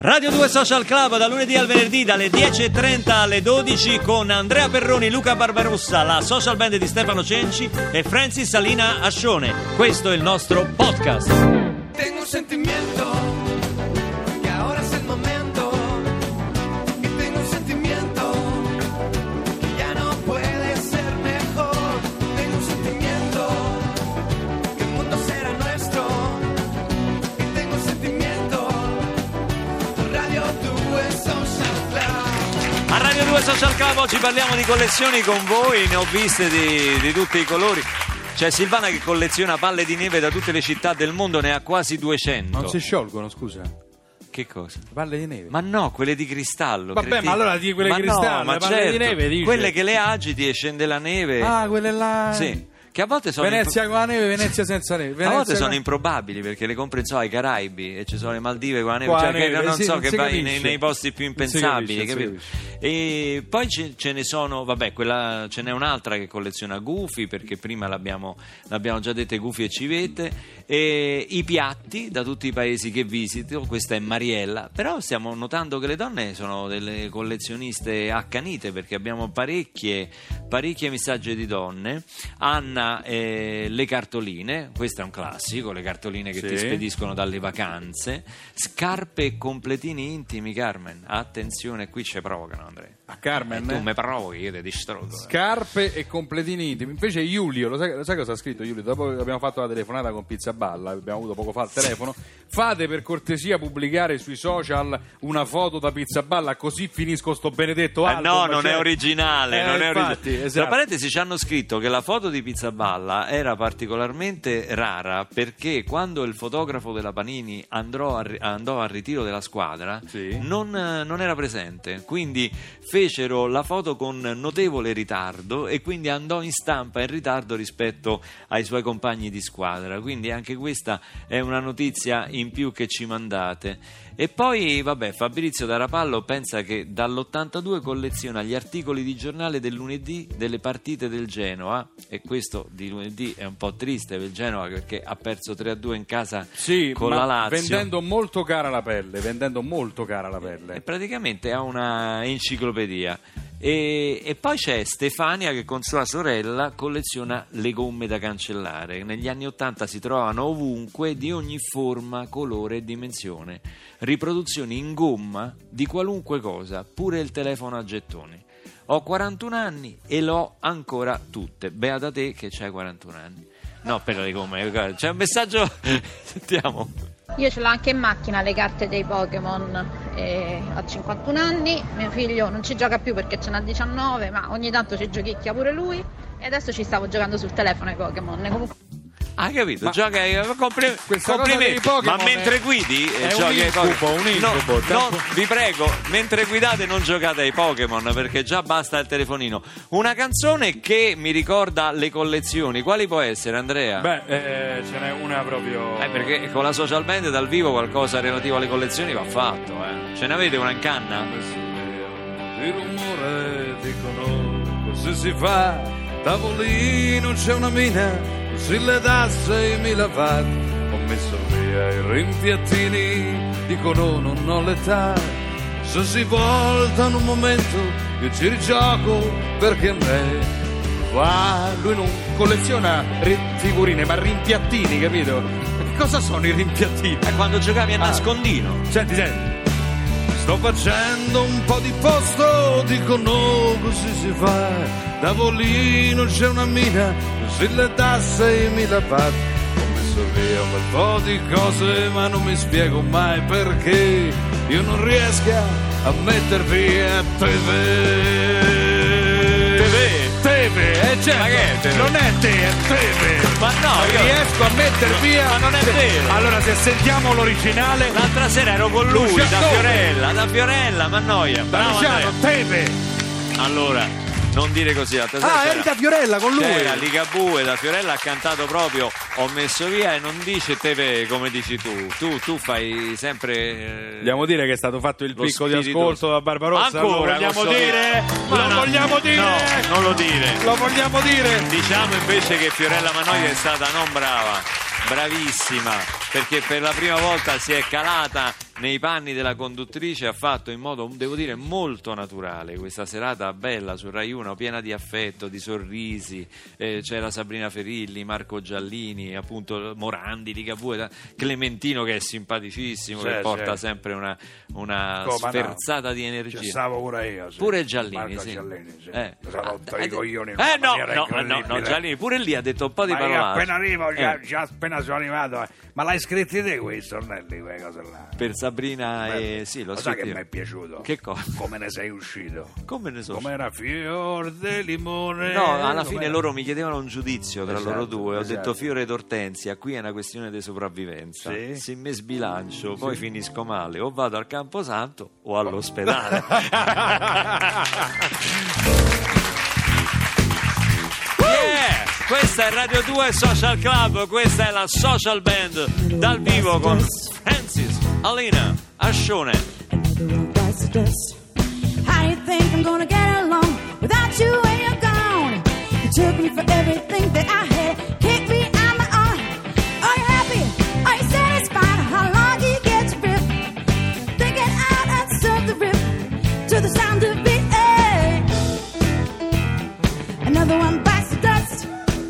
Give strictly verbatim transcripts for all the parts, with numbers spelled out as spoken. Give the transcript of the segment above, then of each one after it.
Radio due Social Club da lunedì al venerdì dalle dieci e trenta alle dodici con Andrea Perroni, Luca Barbarossa, la social band di Stefano Cenci e Francis Salina Ascione. Questo è il nostro podcast. Tengo un sentimiento que ahora es el momento, que tengo un sentimiento que ya no puede ser mejor. Tengo un sentimiento que el mundo será nuestro, que tengo un sentimiento. Radio due Social Club. A Radio due Social Club oggi parliamo di collezioni con voi, ne ho viste di, di tutti i colori. C'è Silvana che colleziona palle di neve da tutte le città del mondo, ne ha quasi duecento. Non si sciolgono, scusa. Che cosa? Palle di neve. Ma no, quelle di cristallo. Vabbè, cretino. ma allora di quelle ma di cristallo, no, ma le palle certo, di neve, dice. Quelle che le agiti e scende la neve. Ah, quelle là. Sì. Che a volte sono Venezia impro- con la neve, Venezia senza neve. Venezia a volte sono con... improbabili perché le compri so, ai Caraibi e ci sono le Maldive con la neve, Con la cioè, neve, che non sì, so non che si vai capisce. nei, nei posti più Non si impensabili, capisce, non capito? si E poi ce, ce ne sono, vabbè, quella, ce n'è un'altra che colleziona gufi, perché prima l'abbiamo, l'abbiamo già dette, gufi e civette, e i piatti da tutti i paesi che visito. Questa è Mariella, però stiamo notando che le donne sono delle collezioniste accanite, perché abbiamo parecchie parecchie messaggi di donne. Anna, eh, le cartoline, questo è un classico, le cartoline che Sì. ti spediscono dalle vacanze. Scarpe e completini intimi, Carmen, attenzione, qui ci provocano, Andrea. A Carmen. E tu mi provochi, io ti distruggo. Scarpe e completini intimi. Invece Giulio, lo sai, lo sai cosa ha scritto Giulio? Dopo che abbiamo fatto la telefonata con Pizzaballa, abbiamo avuto poco fa al telefono, fate per cortesia pubblicare sui social una foto da Pizzaballa, così finisco sto benedetto Ah, album. no, non cioè... è originale, Eh, non è infatti, originale. esatto. Tra parentesi ci hanno scritto che la foto di Pizzaballa era particolarmente rara perché quando il fotografo della Panini andò, a, andò al ritiro della squadra, Sì. non, non era presente, quindi fecero la foto con notevole ritardo e quindi andò in stampa in ritardo rispetto ai suoi compagni di squadra. Quindi anche questa è una notizia in più che ci mandate. E poi vabbè, Fabrizio da Rapallo pensa che dall'ottantadue colleziona gli articoli di giornale del lunedì delle partite del Genoa, e questo di lunedì è un po' triste per il Genoa perché ha perso tre a due in casa Sì, con ma la Lazio, vendendo molto cara la pelle, vendendo molto cara la pelle. e praticamente ha una enciclopedia. E, e poi c'è Stefania che con sua sorella colleziona le gomme da cancellare. Negli anni ottanta si trovavano ovunque, di ogni forma, colore e dimensione, riproduzioni in gomma di qualunque cosa, pure il telefono a gettoni. Ho quarantuno anni e l'ho ancora tutte. Beata te che c'hai quarantuno anni. No, per le gomme, c'è un messaggio. Sentiamo. Io ce l'ho anche in macchina le carte dei Pokémon, e ho cinquantuno anni, mio figlio non ci gioca più perché ce n'ha diciannove, ma ogni tanto ci giochicchia pure lui e adesso ci stavo giocando sul telefono ai Pokémon. Comunque... Hai capito? Ma Gioca ai compli- questa cosa complimenti. dei Pokémon Ma mentre è- guidi eh, è un giochi ai incubo, Pokémon. un incubo, No, tempo- no, vi prego, mentre guidate non giocate ai Pokémon perché già basta il telefonino. Una canzone che mi ricorda le collezioni, quali può essere, Andrea? Beh, eh, ce n'è una proprio. Eh, perché con la social band dal vivo qualcosa relativo alle collezioni va fatto, eh. Ce n'avete una in canna? Il rumore dicono così si fa, tavolino c'è una mina, così le dà seimila watt. Ho messo via i rimpiattini, dicono non ho l'età. Se si voltano un momento io ci rigioco perché a me va. Lui non colleziona ri- figurine, ma rimpiattini, capito? Che cosa sono i rimpiattini? È quando giocavi a Ah. nascondino. Senti, senti. Sto facendo un po' di posto, dicono così si fa. Tavolino c'è una mina, così le dà seimila watt. Ho messo via un bel po' di cose, ma non mi spiego mai perché io non riesco a metter via T V. T V, Teve, eh certo. Ma che è Teve? Non è te, è Teve. Ma no, io- riesco a metter via. Ma non è vero. Allora, se sentiamo l'originale, L'altra sera ero con lui, Luciano, da dove? Fiorella, da Fiorella, ma noia. da Bravo Luciano, Andrea. Teve. Allora, non dire così, l'altra sera Ah, c'era- eri da Fiorella con lui. C'era Ligabue da Fiorella, ha cantato proprio Ho messo via, e non dice te ve come dici tu. Tu, tu fai sempre. eh, Vogliamo dire che è stato fatto il lo picco di spirito- ascolto da Barbarossa? Ancora, lo vogliamo posso dire? Ma Lo no, vogliamo dire? No, non lo dire. Lo vogliamo dire? Diciamo invece che Fiorella Mannoia è stata non brava, bravissima. perché per la prima volta si è calata nei panni della conduttrice, ha fatto in modo, devo dire, molto naturale questa serata bella su Rai uno, piena di affetto, di sorrisi. Eh, c'era Sabrina Ferilli, Marco Giallini, appunto Morandi, Ligabue, Clementino che è simpaticissimo, Sì, che sì. porta sempre una, una Come no? sferzata di Ci energia. stavo pure io. Sì. Pure Giallini, Marco sì. Giallini, sì. Eh. Mi sono rotto Ah, i eh, coglioni in eh, una no, maniera no, no, no, incredibile. Giallini pure lì ha detto un po' di Ma io parolacce. appena arrivo, già, Eh. già appena sono arrivato, eh. Ma l'hai scritti te quei stornelli, quelle cose là? Per Sabrina e Bello. sì, lo Lo so sai che mi è piaciuto? Che cosa? Come ne sei uscito? Come ne so? Come era fior di limone? No, alla Com'era? fine loro mi chiedevano un giudizio tra Esatto, loro due. Ho esatto. detto fiore d'ortensia, qui è una questione di sopravvivenza. Sì. Se mi sbilancio, poi finisco male, o vado al Camposanto o all'ospedale. Yeah! Questa è Radio due Social Club, questa è la Social Band dal vivo con Francis, Alina, Ascione. How do you think I'm gonna get along without you when you're gone? You took me for everything that I had, kicked me on my own. Are you happy? Are you satisfied? How long do you get to rip? Thinking out and surf the rip to the sound of it. Hey. Another one bites the dust.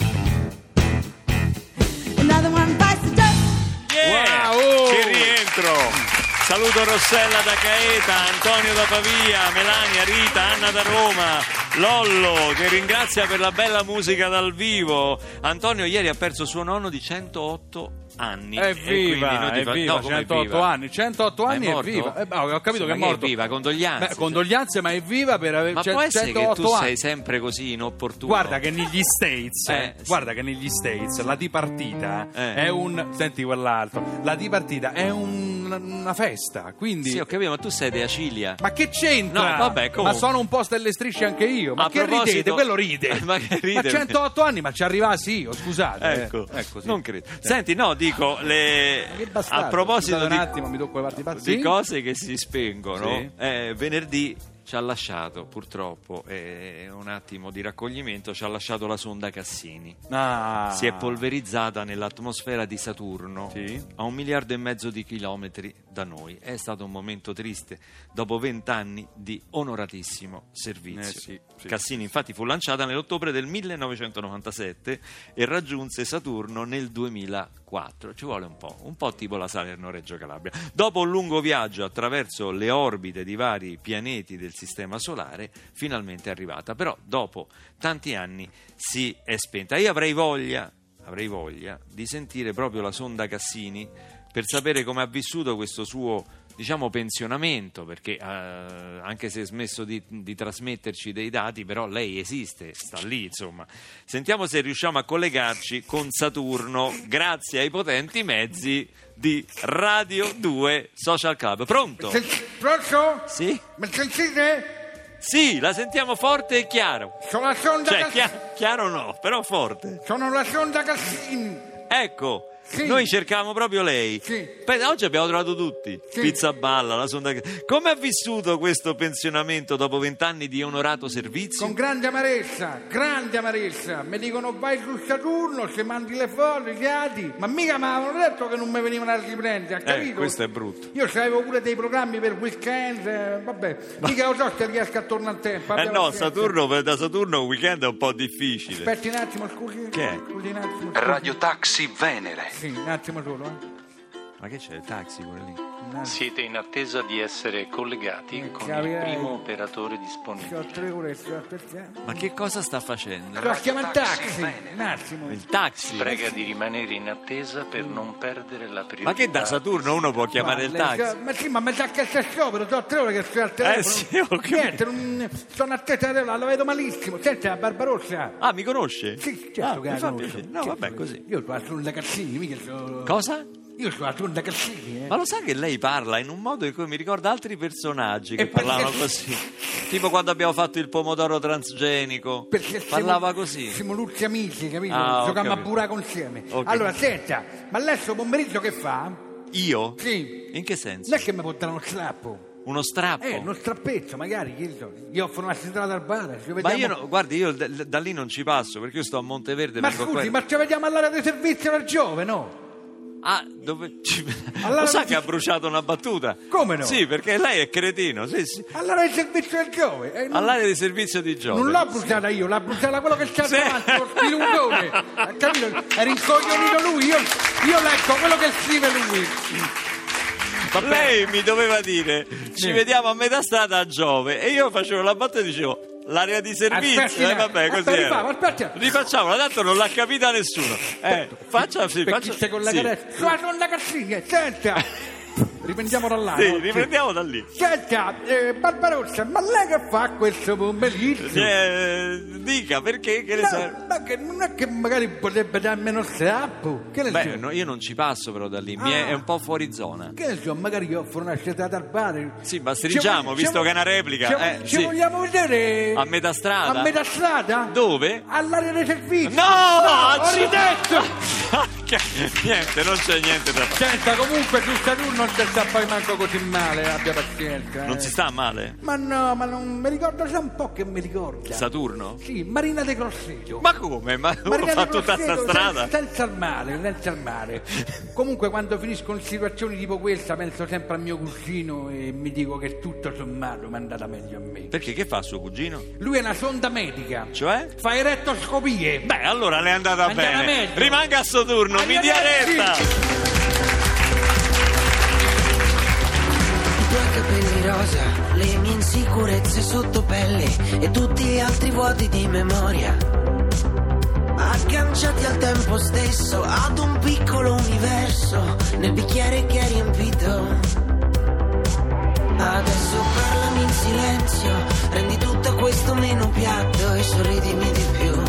Another one bites the dust. Yeah! Wow! Che rientro! Saluto Rossella da Gaeta, Antonio da Pavia, Melania, Rita, Anna da Roma, Lollo che ringrazia per la bella musica dal vivo. Antonio ieri ha perso suo nonno di centootto anni. E quindi Evviva, noi ti fa- evviva, no, come centootto evviva? anni, centootto Ma è anni è morto? viva. Eh, no, ho capito Sì, che è ma morto. viva, condoglianze. Beh, condoglianze, ma è viva per aver Ma cent- può essere che tu centootto anni. sei sempre così inopportuno? Guarda che negli States, Eh, sì. guarda che negli States la dipartita Eh. è un, senti quell'altro, la dipartita è un- una festa, quindi Sì, ho capito, ma tu sei di Acilia. ma che c'entra? No, vabbè, comunque. Ma sono un po' stelle strisce anche io. Ma A che proposito- ridete? Quello ride. Ma che ride? Ma centootto anni, ma ci arriva sì, oh, scusate. eh. Ecco, Ecco, sì. non credo. Senti, no, dico, le... Che bastardo. a proposito Scusate di, un attimo, mi tocco le parti di sì? cose che si spengono, Sì. eh, venerdì ci ha lasciato, purtroppo, eh, un attimo di raccoglimento, ci ha lasciato la sonda Cassini. Ah. Si è polverizzata nell'atmosfera di Saturno, Sì. a un miliardo e mezzo di chilometri da noi. È stato un momento triste, dopo vent'anni di onoratissimo servizio. Eh, sì, sì. Cassini infatti fu lanciata nell'ottobre del millenovecentonovantasette e raggiunse Saturno nel duemilaquattro. Ci vuole un po', un po' tipo la Salerno-Reggio Calabria. Dopo un lungo viaggio attraverso le orbite di vari pianeti del Sistema Solare, finalmente è arrivata. Però dopo tanti anni si è spenta. Io avrei voglia, avrei voglia di sentire proprio la sonda Cassini per sapere come ha vissuto questo suo, diciamo, pensionamento, perché eh, anche se ha smesso di, di trasmetterci dei dati, però lei esiste, sta lì, insomma. Sentiamo se riusciamo a collegarci con Saturno grazie ai potenti mezzi di Radio due Social Club. Pronto? Pronto? Sì? Mi sentite? Sì, la sentiamo forte e chiaro. Sono la sonda Cioè, Cassini. chia- chiaro no, però forte. Sono la sonda Cassini. Ecco, Sì. noi cercavamo proprio lei. Sì. Beh, oggi abbiamo trovato tutti. Sì. Pizza Balla, la sonda. Come ha vissuto questo pensionamento dopo vent'anni di onorato servizio? Con grande amarezza, grande amarezza. Mi dicono vai su Saturno, se mandi le foto, i dati. Ma mica mi avevano detto che non mi venivano a riprendere, ha capito? Eh, questo è brutto. Io avevo pure dei programmi per weekend, eh, vabbè. Mica lo so se riesco a tornare a tempo. Eh abbia no, pazienza. Saturno, per- da Saturno un weekend è un po' difficile. Aspetti un attimo, scusi. Che è? Scusi un attimo. scusi. Radio Taxi Venere. Sì, un attimo solo, eh. Ma che c'è il taxi pure lì? Un attimo. Siete in attesa di essere collegati Eh, con capirai. il primo operatore Ho disponibile. tre ore, sto aspettando. Ma che cosa sta facendo? Sto a chiamare il taxi. Un attimo. Il taxi? Prega di rimanere in attesa per non perdere la priorità. Ma che da Saturno uno può chiamare il Ma lei- taxi? Ma sì, ma mi sa che c'è sciopero, sono tre ore che sto al telefono. Eh sì, ho capito. Niente, non, sono attesa, la la vedo malissimo. Senti, la Barbarossa. Ah, mi conosce? Sì, certo Ah, che mi la fa conosco. piacere. No, Certo vabbè, che- così. Io sono la sonda Cassini, mica sono... Cosa? Io sono la sonda Cassini, eh. Ma lo sa che lei parla in un modo in cui mi ricorda altri personaggi che E perché- parlavano così? Tipo quando abbiamo fatto il pomodoro transgenico. Perché Parlava siamo, così. Siamo tutti amici, capito? Ah, ho Giochiamo a capito. buraco insieme. Ho capito. Allora, senta, ma lei sto pomeriggio che fa? Io? Sì. In che senso? Non è che mi può dare uno strappo. Uno strappo? Eh, uno strappezzo, magari, che so. Gli offro una strada al bar. ci Ma vediamo- io, no, guardi, io da, da lì non ci passo perché io sto a Monteverde. Ma vengo scusi, qua- ma ci vediamo all'ora di servizio da Giove, no? Ah, dove... ci- Allora Lo sa non che si- ha bruciato una battuta? Come no? Sì, perché lei è cretino, sì, sì. Allora il servizio del Giove. eh, non- All'area di servizio di Giove. Non l'ho bruciata io, l'ha bruciata quello che c'è Sì. davanti, lo spilungone. Ha capito? È rincoglionito lui, io, io leggo quello che scrive lui. Lei mi doveva dire ci Sì. vediamo a metà strada a Giove e io facevo la battuta e dicevo l'area di servizio, Aspetti, eh, vabbè, così aspetta, era. rifamo, aspetta. Rifacciamola, tanto non l'ha capita nessuno. Eh, faccia, sì, Per faccia, chi c'è con la sì. carezza. Qua sono la cazziglia, senta. Riprendiamo da là. Sì, no? riprendiamo da lì. Senta, eh, Barbarossa, ma lei che fa questo pomeriggio? Eh, dica perché che le No, serve? ma che non è che magari potrebbe darmi uno strappo? Che ne Beh, so? no, io non ci passo però da lì, mi è, Ah. è un po' fuori zona. Che ne so, magari io offro una scelta al bar. Sì, ma stringiamo, Ci- visto ci- che è una replica. Ci, eh, ci sì. vogliamo vedere? A metà strada? A metà strada? Dove? All'area dei servizi. No! ho accidenti! ridetto! Che- niente, non c'è niente da fare. Senta, comunque su Saturno non si sta poi manco così male, abbia pazienza. Non eh. si sta male? Ma no, ma non mi ricordo, c'è un po' che mi ricorda. Saturno? Sì, Marina de Grosseto. Ma come? Ma uno Marina fa de tutta sta Grosseto, strada? sen- Senza il male, senza il male. Comunque quando finisco in situazioni tipo questa penso sempre al mio cugino e mi dico che tutto sommato mi è andata meglio a me. Perché che fa suo cugino? Lui è una sonda medica. Cioè? Fa erettoscopie. Beh, allora le è andata È andata bene. meglio. Rimanga a sto turno, mi dia Arrivederci. retta. I tuoi capelli rosa, le mie insicurezze sotto pelle e tutti gli altri vuoti di memoria, agganciati al tempo stesso ad un piccolo universo nel bicchiere che è riempito. Adesso parlami in silenzio, rendi tutto questo meno piatto e sorridimi di più.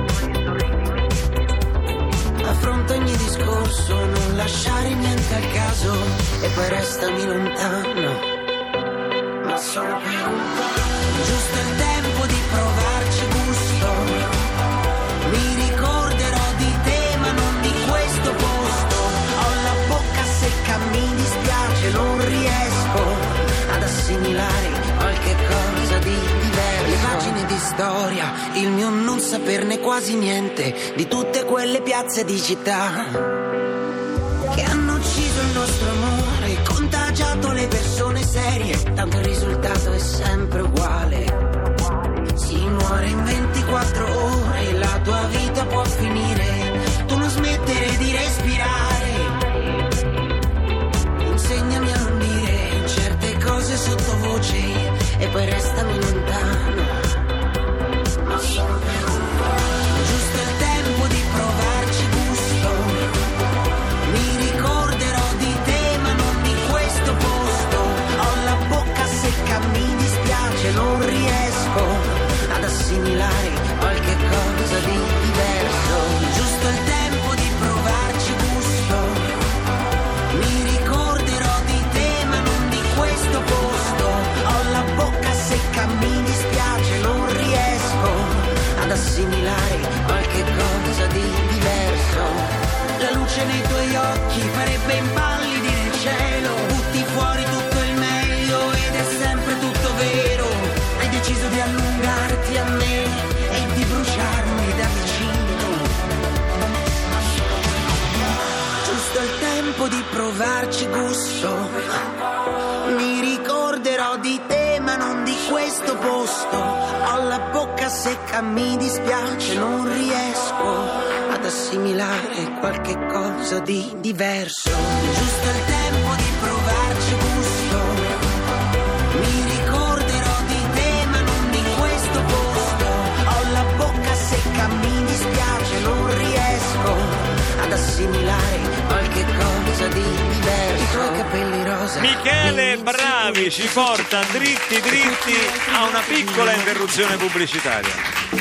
Affronta ogni discorso, non lasciare niente al caso e poi restami lontano, ma solo per un po'. Giusto il tempo di provarci gusto. Mi ricorderò di te ma non di questo posto. Ho la bocca secca, mi dispiace, non riesco ad assimilare qualche cosa di diverso. Le pagine di storia, il mio non saperne quasi niente di tutte quelle piazze di città che hanno ucciso il nostro amore, contagiato le persone serie, tanto il risultato è sempre uguale. Si muore in ventiquattro ore, la tua vita può finire, tu non smettere di respirare. Insegnami a non dire certe cose sottovoce e poi restami lontano, ma solo per un po'. Giusto il tempo di provarci gusto. Mi ricorderò di te ma non di questo posto. Ho la bocca secca, mi dispiace, non riesco ad assimilare qualche cosa di diverso. Giusto il tempo di provarci gusto. Mi ricorderò di te ma non di questo posto. Ho la bocca secca, mi dispiace, non riesco ad assimilare qualche cosa di diverso. La luce nei tuoi occhi farebbe impallidire il cielo. Butti fuori tutto il meglio ed è sempre tutto vero. Hai deciso di allungarti a me e di bruciarmi da vicino. Giusto il tempo di provarci gusto. Mi ricorderò di te ma non di questo posto. Ho la bocca secca, mi dispiace, non riesco ad assimilare qualche cosa di diverso. Giusto il tempo di provarci gusto. Mi ricorderò di te ma non di questo posto. Ho la bocca secca, mi dispiace, non riesco ad assimilare qualche cosa di diverso. I tuoi capelli rosa. Michele Bravi ci porta dritti dritti a una piccola interruzione pubblicitaria.